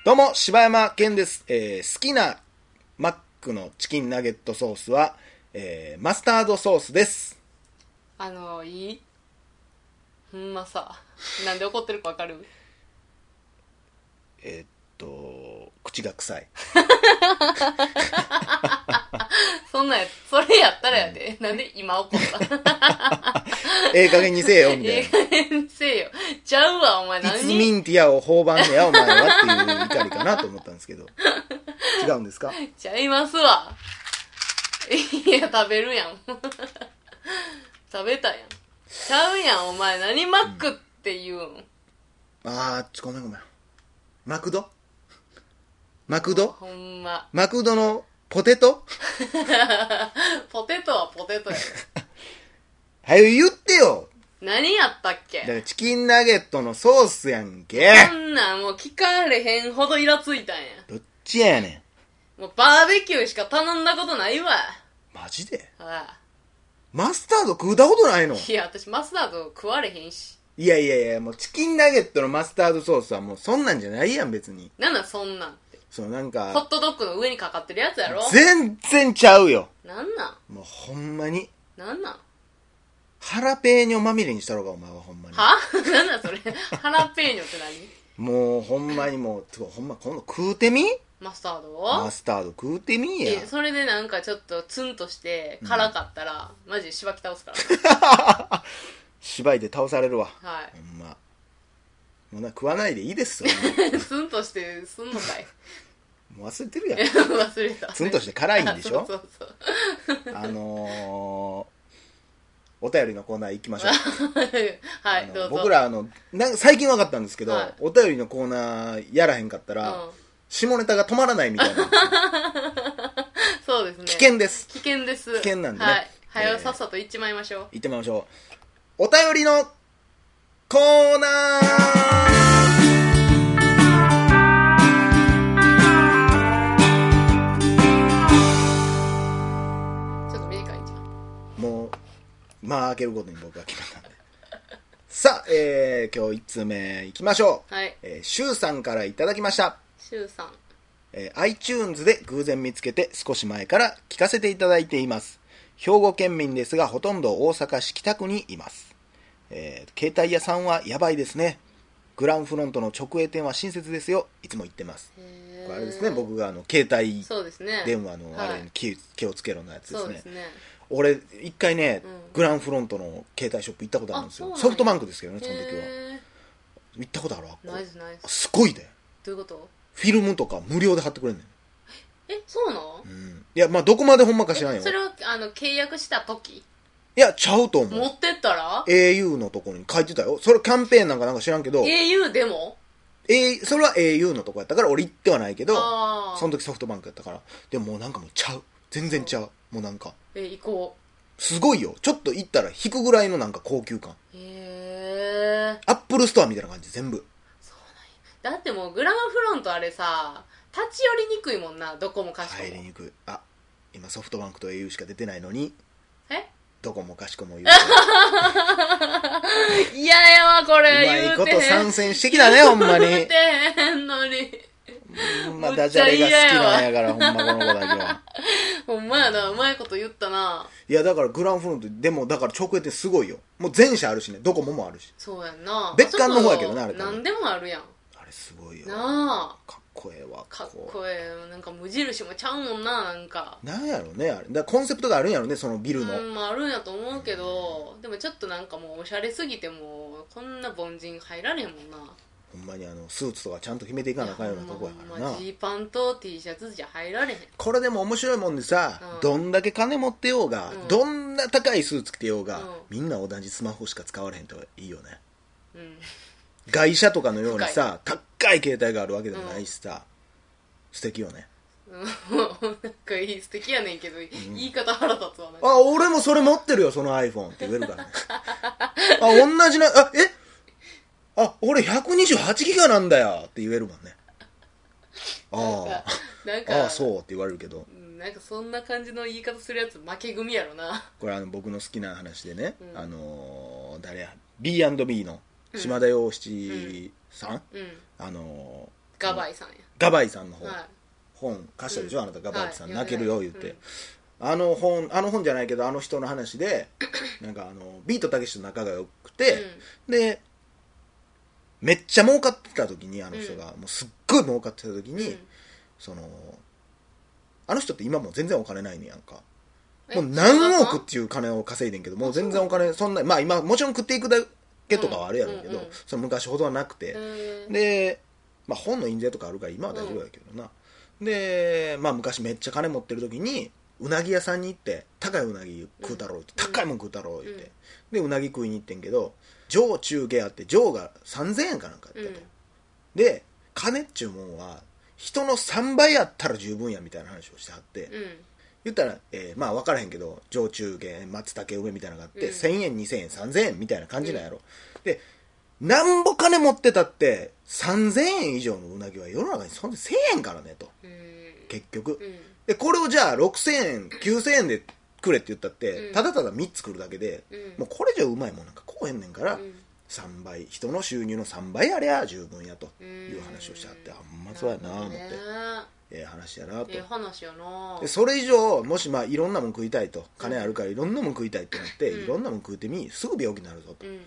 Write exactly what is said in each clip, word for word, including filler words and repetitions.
どうも柴山健です、えー、好きなマックのチキンナゲットソースは、えー、マスタードソースです。 あのいいほんまさ、なんで怒ってるかわかる？ えー、っと口が臭いそんなんや、それやったらやで、うん、なんで今怒ったええ加減にせえよみたいな。 ええ加減にせえよちゃうわお前。何いつミンティアを頬張んねやお前はっていう怒りかなと思ったんですけど違うんですか？ ちゃいますわ。いや食べるやん食べたやん。ちゃうやんお前。何マックって言うん、うん、 あーちごめんごめん。マクドマクドほんまマクドのポテトポテトはポテトやはよ言ってよ。 何やったっけ？ だからチキンナゲットのソースやんけ。 そんなんもう聞かれへんほどイラついたんや。 どっちやねん。もうバーベキューしか頼んだことないわ。 マジで？ ああ。 マスタード食うたことないの？ いや私マスタード食われへんし。 いやいやいや、もうチキンナゲットのマスタードソースはもうそんなんじゃないやん別に。 なんなんそんなんって。 そうなんかホットドッグの上にかかってるやつやろ。 全然ちゃうよ。 なんなん？ もうほんまになんなん？ ハラペーニョまみれにしたろかお前は。ほんまにはなんなんそれハラペーニョって何？もうほんまにもうほんま今度食うてみ。 マスタードマスタード食うてみや。 それでなんかちょっとツンとして辛かったら、うん、マジでしばき倒すからな芝居で倒されるわ。 はいほんまもうな食わないでいいですよツンとしてすんのかい。 もう忘れてるやん忘れた、ね、 ツンとして辛いんでしょ。 そうそうそうあのー、お便りのコーナー行きましょうはいどうぞ。 僕らあのな最近分かったんですけど、はい、お便りのコーナーやらへんかったら、うん、下ネタが止まらないみたいなそうですね。 危険です。 危険です。 危険なんでね。はい。 はよ、えー、さっさと行っちまいましょう。 行ってまいりましょう。お便りのコーナー。 ちょっと短いじゃん。 もうまあ開けることに僕は決まったんで。さあ、えー、今日いちつめいきましょう。 はい。 えー、シュウさんからいただきました。 シュウさん。 えー、iTunes で偶然見つけて少し前から聞かせていただいています。兵庫県民ですがほとんど大阪市北区にいます。えー、携帯屋さんはやばいですね。グランフロントの直営店は親切ですよ。いつも言ってます。これあれですね、僕があの携帯電話のあれに 気,、はい、気をつけろのやつですね。そうですね。俺一回ね、うん、グランフロントの携帯ショップ行ったことあるんですよ。ソフトバンクですけどね、その時は。行ったことあるわ。 ナイスナイス。 すごいで。 どういうこと？ フィルムとか無料で貼ってくれんねん。 え、そうなの？ うん。いや、まあどこまでほんまか知らんよ。 それはあの契約した時？ いや、ちゃうと思う。 持ってったらエーユー のところに書いてたよ。それキャンペーンなんかなんか知らんけどエーユー でも？ えそれは エーユー のとこやったから俺行ってはないけど、その時ソフトバンクやったから。でももうなんかもうちゃう。全然ちゃう。もうなんか。 え、行こう。すごいよ。ちょっと行ったら引くぐらいのなんか高級感。 へー。 アップルストアみたいな感じ全部。 そうなんや。だってもうグランフロントあれさ、立ち寄りにくいもんな、どこもかしこも。 入りにくい。あ、今ソフトバンクと エーユー しか出てないのに。 え？ どこもかしこも言う。 いややわこれ。 うまいこと参戦してきたねほんまに。 言うてへんのに。 ほんまダジャレが好きなんやからほんまこの子だけは。 ほんまやな、うまいこと言ったな。 いやだからグランフロントでもだから直営ってすごいよ。もう全社あるしね、ドコモもあるし。 そうやんな。 別館の方やけどなあれ。 なんでもあるやん。 あれすごいよ。 なあ。 かっこええわ。 かっこええ。なんか無印もちゃうもんな、なんか。 なんやろねあれ。だからコンセプトがあるんやろねそのビルの。 うん、まああるんやと思うけど、でもちょっとなんかもうおしゃれすぎてもこんな凡人入られへんもんな。 ほんまにあのスーツとかちゃんと決めていかなあかんようなとこやからな。 ジーパンと T シャツじゃ入られへん。 これでも面白いもんでさ、うん、どんだけ金持ってようが、うん、どんな高いスーツ着てようが、うん、みんな同じスマホしか使われへんといいよね、うん、外車とかのようにさ高い携帯があるわけでもないしさ、うん、素敵よね。 なんかいい素敵やねんけど、うん、言い方腹立つわ。 あ、俺もそれ持ってるよその iPhone って言えるからねあ、同じな、あ、えあ、俺ひゃくにじゅうはちギガなんだよって言えるもんね。ああ、なんかああそうって言われるけど、 なんかそんな感じの言い方するやつ負け組やろな。 これあの僕の好きな話でね、うん、あのー、誰や ビーアンドビー の島田洋七さん、うんうん、あのーガバイさんや。 ガバイさんの方、 はい、 本貸したでしょ、うん、あなたガバイさん、はい、泣けるよ言って、うん、あの本あの本じゃないけどあの人の話でなんかあのビートたけしと仲が良くて、うん、でめっちゃ儲かってた時にあの人が、うん、もうすっごい儲かってた時に、うん、そのあの人って今もう全然お金ないねやんか。もう何億っていう金を稼いでんけどもう全然お金そんな、まあ今もちろん食っていくだけとかはあるやろうけど、うんうんうん、その昔ほどはなくて、で、まあ、本の印税とかあるから今は大丈夫やけどな、うん、で、まあ、昔めっちゃ金持ってる時にうなぎ屋さんに行って高いうなぎ食うたろうって、うん、高いもん食うたろう言って、うん、でうなぎ食いに行ってんけど上中下あって上がさんぜんえんかなんかやったと、うん、で金っちゅうもんは人のさんばいあったら十分やみたいな話をしてはって、うん、言ったら、えー、まあ分からへんけど上中下松茸梅みたいなのがあって、うん、せんえんにせんえんさんぜんえんみたいな感じなんやろ、うん、でなんぼ金持ってたってさんぜんえん以上のうなぎは世の中にそんでせんえんからねと、うん、結局、うん、でこれをじゃあろくせんえんきゅうせんえんでくれって言ったって、うん、ただただみっつくるだけで、うん、もうこれじゃうまいもんなんかこうへんねんから、うん、さんばい人の収入のさんばいありゃ十分やという話をしてあって、ほんまそうやなと思って、ええ話やなと、 ええ話やな。 でそれ以上もしまあいろんなもん食いたいと、金あるからいろんなもん食いたいってなって、うん、いろんなもん食うてみすぐ病気になるぞと、うんうん、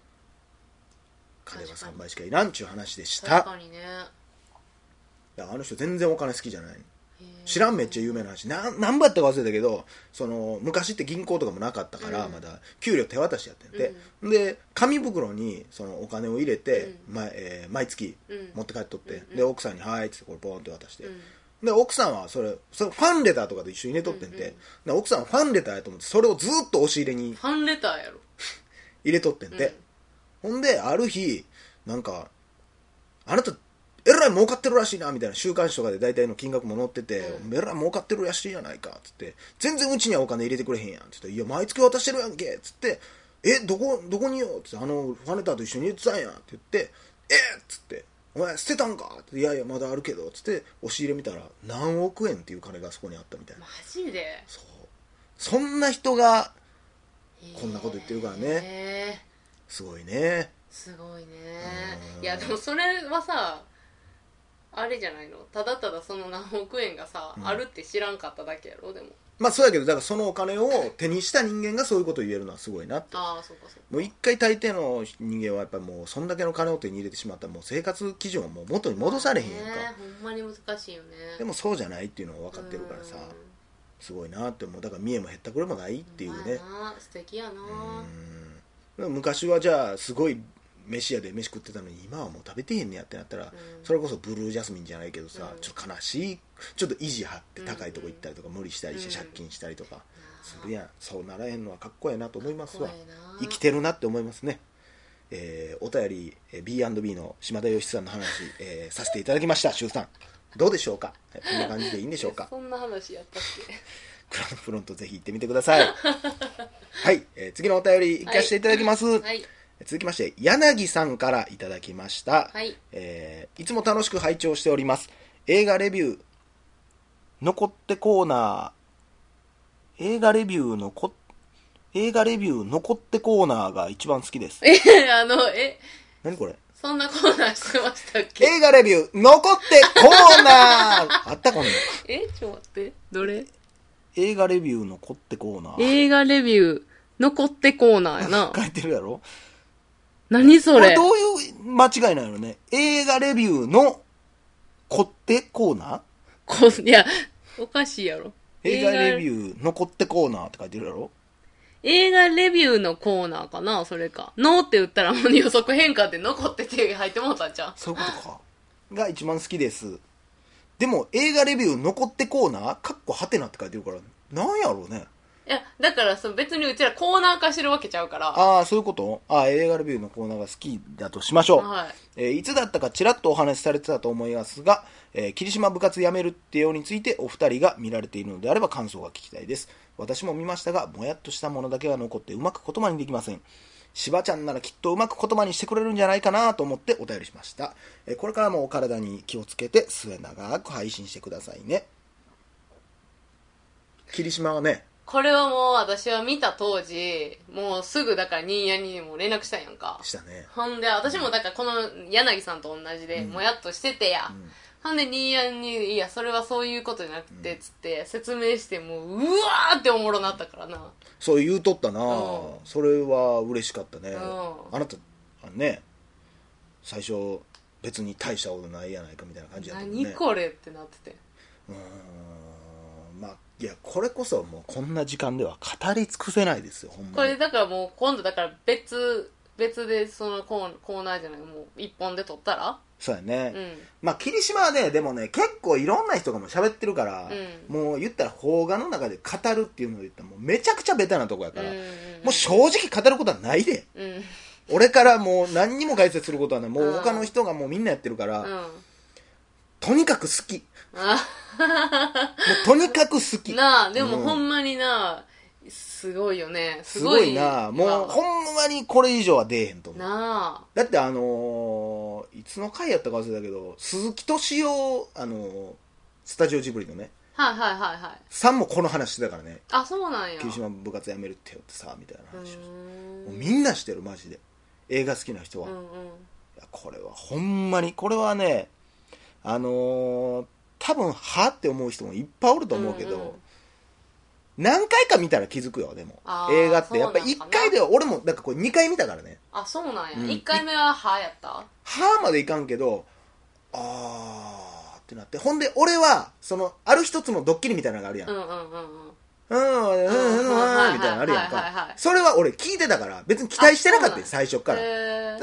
金はさんばいしかいらんっちゅう話でした。 確かにね。 あの人全然お金好きじゃない、知らんめっちゃ有名な話な、何倍やったか忘れたけどその昔って銀行とかもなかったから、うん、まだ給料手渡しやってんて、うん、で紙袋にそのお金を入れて、うんまえー、毎月持って帰っとって、うん、で奥さんにはいってこれポンって渡して、うん、で奥さんはそれそれファンレターとかで一緒に入れとってんて、うんうん、で奥さんはファンレターやと思ってそれをずっと押し入れにファンレターやろ入れとってんて、うん、ほんである日なんかあなたえらい儲かってるらしいなみたいな週刊誌とかで大体の金額も載ってて、うん、えらい儲かってるらしいやないかっつって全然うちにはお金入れてくれへんやんっつっていや毎月渡してるやんけっつってえどこどこによっつってあのファンレターと一緒に入れてたんやって言ってえっつってお前捨てたんかっていやいやまだあるけどっつって押し入れ見たら何億円っていう金がそこにあったみたいな。 マジで？ そうそんな人がこんなこと言ってるからね、すごいねすごいね。いやでもそれはさあれじゃないのただただその何億円がさ、うん、あるって知らんかっただけやろ。でもまあそうやけどだからそのお金を手にした人間がそういうことを言えるのはすごいなって。 ああそうかそうか。 もう一回大抵の人間はやっぱりもうそんだけの金を手に入れてしまったらもう生活基準はもう元に戻されへんやんか、 ね、ほんまに難しいよね。 でもそうじゃないっていうのは分かってるからさすごいなって思う。だから見栄も減ったくれもないっていうね。 まあ素敵やな。 うん昔はじゃあすごい飯屋で飯食ってたのに今はもう食べてへんねやってなったら、うん、それこそブルージャスミンじゃないけどさ、うん、ちょっと悲しいちょっと意地張って高いとこ行ったりとか、うん、無理したりして借金したりとかするやん。そうならへんのはかっこええなと思いますわ。生きてるなって思いますね。えー、お便り ビーアンドビー の島田義さんの話、えー、させていただきました。周さんどうでしょうか。こんな感じでいいんでしょうか。 そんな話やったっけ。 クラウドフロントぜひ行ってみてくださいはい、えー、次のお便り行かせていただきます、はいはい、続きまして柳さんからいただきました、はいえー、いつも楽しく拝聴しております。映画レビュー残ってコーナー映画レビューのこ映画レビュー残ってコーナーが一番好きです。 えあのえ何これそんなコーナーしてましたっけ。 映画レビュー残ってコーナーあったこんなえちょっと待ってどれ映画レビュー残ってコーナー映画レビュー残ってコーナーやな書いてるやろ。 何それ。 これどういう間違いなのね。映画レビューのこってコーナーこいやおかしいやろ。 映画レビュー残ってコーナーって書いてるやろ。 映画レビューのコーナーかなそれか。ノーって言ったらもう予測変換で残ってて入ってもうたんちゃう。 そういうことか。が一番好きです。でも映画レビュー残ってコーナーかっこはてなって書いてるからなんやろうね。 いやだからその別にうちらコーナー化してるわけちゃうから。 ああそういうこと。ああ映画レビューのコーナーが好きだとしましょう、はいえー、いつだったかちらっとお話しされてたと思いますが、えー、霧島部活やめるってようについてお二人が見られているのであれば感想が聞きたいです。私も見ましたがもやっとしたものだけが残ってうまく言葉にできません。しばちゃんならきっとうまく言葉にしてくれるんじゃないかなと思ってお便りしました。えー、これからもお体に気をつけて末永く配信してくださいね。霧島はねこれはもう私は見た当時もうすぐだから新谷にも連絡したんやんか。 したね。 ほんで私もだからこの柳さんと同じで、 うん、 もやっとしててや、うん、ほんで新谷にいやそれはそういうことじゃなくて、うん、つって説明してもううわーっておもろなったからな。 そう言うとったな、うん、それは嬉しかったね、うん、あなたあのね最初別に大したことないやないかみたいな感じやったもんね。 何これってなってて、 うーんまあいやこれこそもうこんな時間では語り尽くせないですよほんまに。 これだからもう今度だから別別でそのコー、コーナーじゃないもう一本で撮ったらそうやね、 うん、 まあ霧島はねでもね結構いろんな人がもう喋ってるから、うん、もう言ったら邦画の中で語るっていうのを言ったらもうめちゃくちゃベタなとこやから、うんうんうん、もう正直語ることはないで、うん、俺からもう何にも解説することはねもう他の人がもうみんなやってるから、うん、とにかく好きもうとにかく好きなあ。でもほんまにな、うん、すごいよね。 すごいなもうほんまにこれ以上は出えへんと思うなあ。だってあのー、いつの回やったか忘れたけど鈴木敏夫あのー、スタジオジブリのねはいはいはいはいさんもこの話してたからね。 あそうなんや。 霧島部活やめるってよってさみたいな話をもうみんなしてるマジで映画好きな人は、うんうん、いやこれはほんまにこれはねあのー多分はって思う人もいっぱいおると思うけど、うんうん、何回か見たら気づくよ。でも映画ってやっぱりいっかいで俺もだからこれにかい見たからね。 あそうなんや、うん、いっかいめははやったはまでいかんけどあーってなってほんで俺はそのある一つのドッキリみたいなのがあるやん。うんうんうんうんうんうんうんみたいなのあるやんか。それは俺聞いてたから別に期待してなかったよ最初から。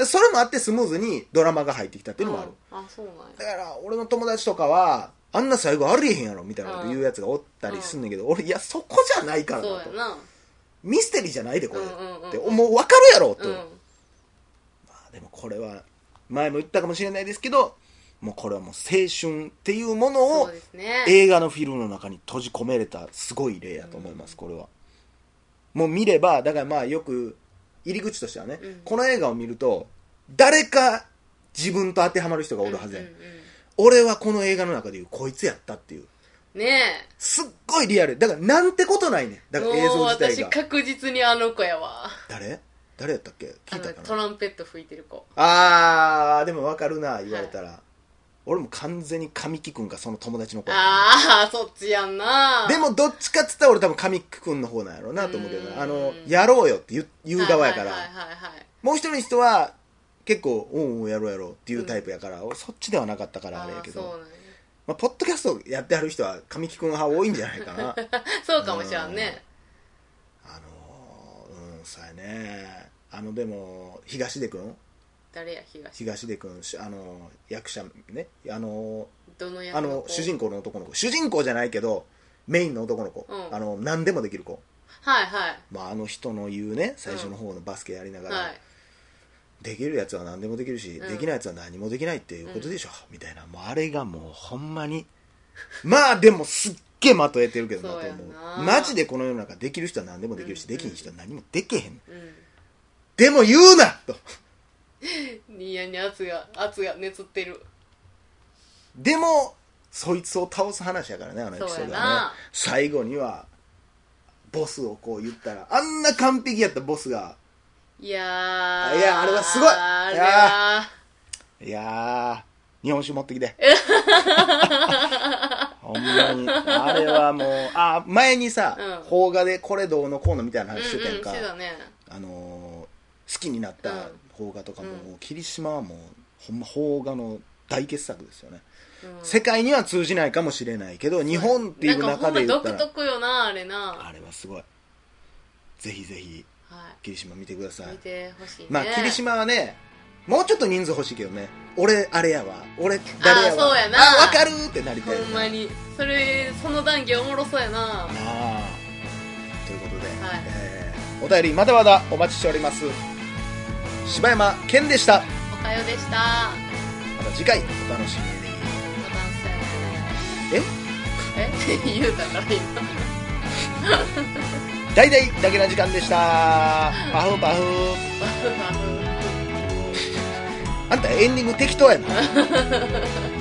それもあってスムーズにドラマが入ってきたっていうのもある、 うん、あそうなんや。 だから俺の友達とかはあんな最後ありえへんやろみたいなこと言うやつがおったりすんねんけど、うん、俺いやそこじゃないからなと。そうやなミステリーじゃないでこれ、うんうんうん、ってもう分かるやろと、うん、まあでもこれは前も言ったかもしれないですけどもうこれはもう青春っていうものを映画のフィルムの中に閉じ込めれたすごい例やと思います。これはもう見ればだからまあよく入り口としてはね、うん、この映画を見ると誰か自分と当てはまる人がおるはずや、うんうんうん、俺はこの映画の中でいうこいつやったっていうねえすっごいリアルだからなんてことないね。だから映像自体がもう私確実にあの子やわ。 誰誰やったっけ聞いたかな。 トランペット吹いてる子。 あーでも分かるな言われたら、はい、俺も完全に神木くんかその友達の子、ね、 ああそっちやんな。 でもどっちかっつったら俺多分神木くんの方なんやろうなと思うけどあのやろうよって言う、言う側やから、はいはいはいはい、もう一人の人は結構おうおうやろうやろうっていうタイプやから、うん、俺そっちではなかったからあれやけど、あ、まあ、ポッドキャストやってはる人は神木くん派多いんじゃないかなそうかもしれんね。 あのうんそうやね。あのでも東出くん誰や東東出くんあの役者ねあのどの役あの主人公の男の子主人公じゃないけどメインの男の子、うん、あの何でもできる子はいはい、 まあ、あの人の言うね最初の方のバスケやりながら、うんはい、できるやつは何でもできるし、うん、できないやつは何もできないっていうことでしょ、うん、みたいなもうあれがもうほんまにまあでもすっげえまとえてるけどなと思う。マジでこの世の中できる人は何でもできるし、うん、できん人は何もできへん、うん、でも言うなとニヤに圧が圧が熱ってる。 でもそいつを倒す話やからねあのエピソードはね。最後にはボスをこう言ったらあんな完璧やったボスがいやーいやあれはすごいあれはいやー日本酒持ってきてほんまにあれはもうあ前にさ、うん、邦画でこれどうのこうのみたいな話してたやんか、うんうんね、あのー、好きになった邦画とかも、うん、霧島はもうほんま邦画の大傑作ですよね、うん、世界には通じないかもしれないけど日本っていう中で言ったら独特よなあれな。 あれはすごい。ぜひぜひ、はい、霧島見てください。 見てほしいね。 まあ霧島はねもうちょっと人数欲しいけどね。俺あれやわ俺誰やわあそうやなあ分かるってなりたい、ね、 ほんまにそれその談義おもろそうやなあということで、 はいえー、お便りまだまだお待ちしております。柴山健でした。 おかよでした。 また次回お楽しみに。ええって言うたから今大々だけな時間でした。パフパフあんたエンディング適当やな